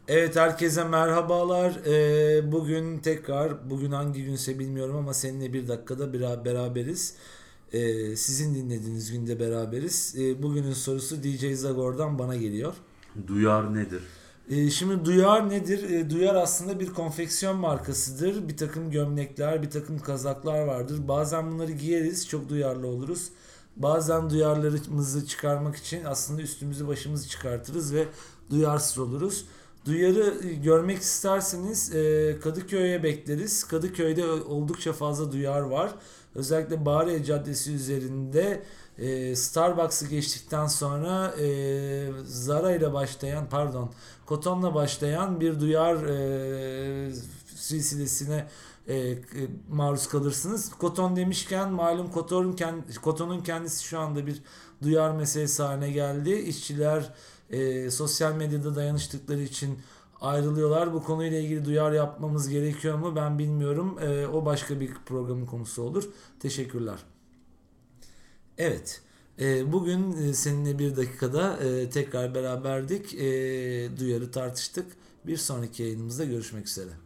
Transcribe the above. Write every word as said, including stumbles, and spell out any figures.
Evet, herkese merhabalar. Ee, bugün tekrar, bugün hangi günse bilmiyorum ama seninle bir dakikada bera- beraberiz. Ee, sizin dinlediğiniz günde beraberiz. Ee, bugünün sorusu D J Zagor'dan bana geliyor. Duyar nedir? Ee, şimdi Duyar nedir? Ee, Duyar aslında bir konfeksiyon markasıdır. Bir takım gömlekler, bir takım kazaklar vardır. Bazen bunları giyeriz, çok duyarlı oluruz. Bazen duyarlarımızı çıkarmak için aslında üstümüzü başımızı çıkartırız ve duyarsız oluruz. Duyarı e, görmek isterseniz e, Kadıköy'e bekleriz. Kadıköy'de oldukça fazla duyar var. Özellikle Bahariye Caddesi üzerinde e, Starbucks'ı geçtikten sonra e, Zara ile başlayan, pardon, Koton'la başlayan bir duyar e, silsilesine e, e, maruz kalırsınız. Koton demişken malum Koton'un, kend, Koton'un kendisi şu anda bir duyar meselesi haline geldi. İşçiler e, sosyal medyada dayanıştıkları için ayrılıyorlar. Bu konuyla ilgili duyar yapmamız gerekiyor mu ben bilmiyorum. E, o başka bir programın konusu olur. Teşekkürler. Evet. E, bugün e, seninle bir dakikada e, tekrar beraberdik. E, duyarı tartıştık. Bir sonraki yayınımızda görüşmek üzere.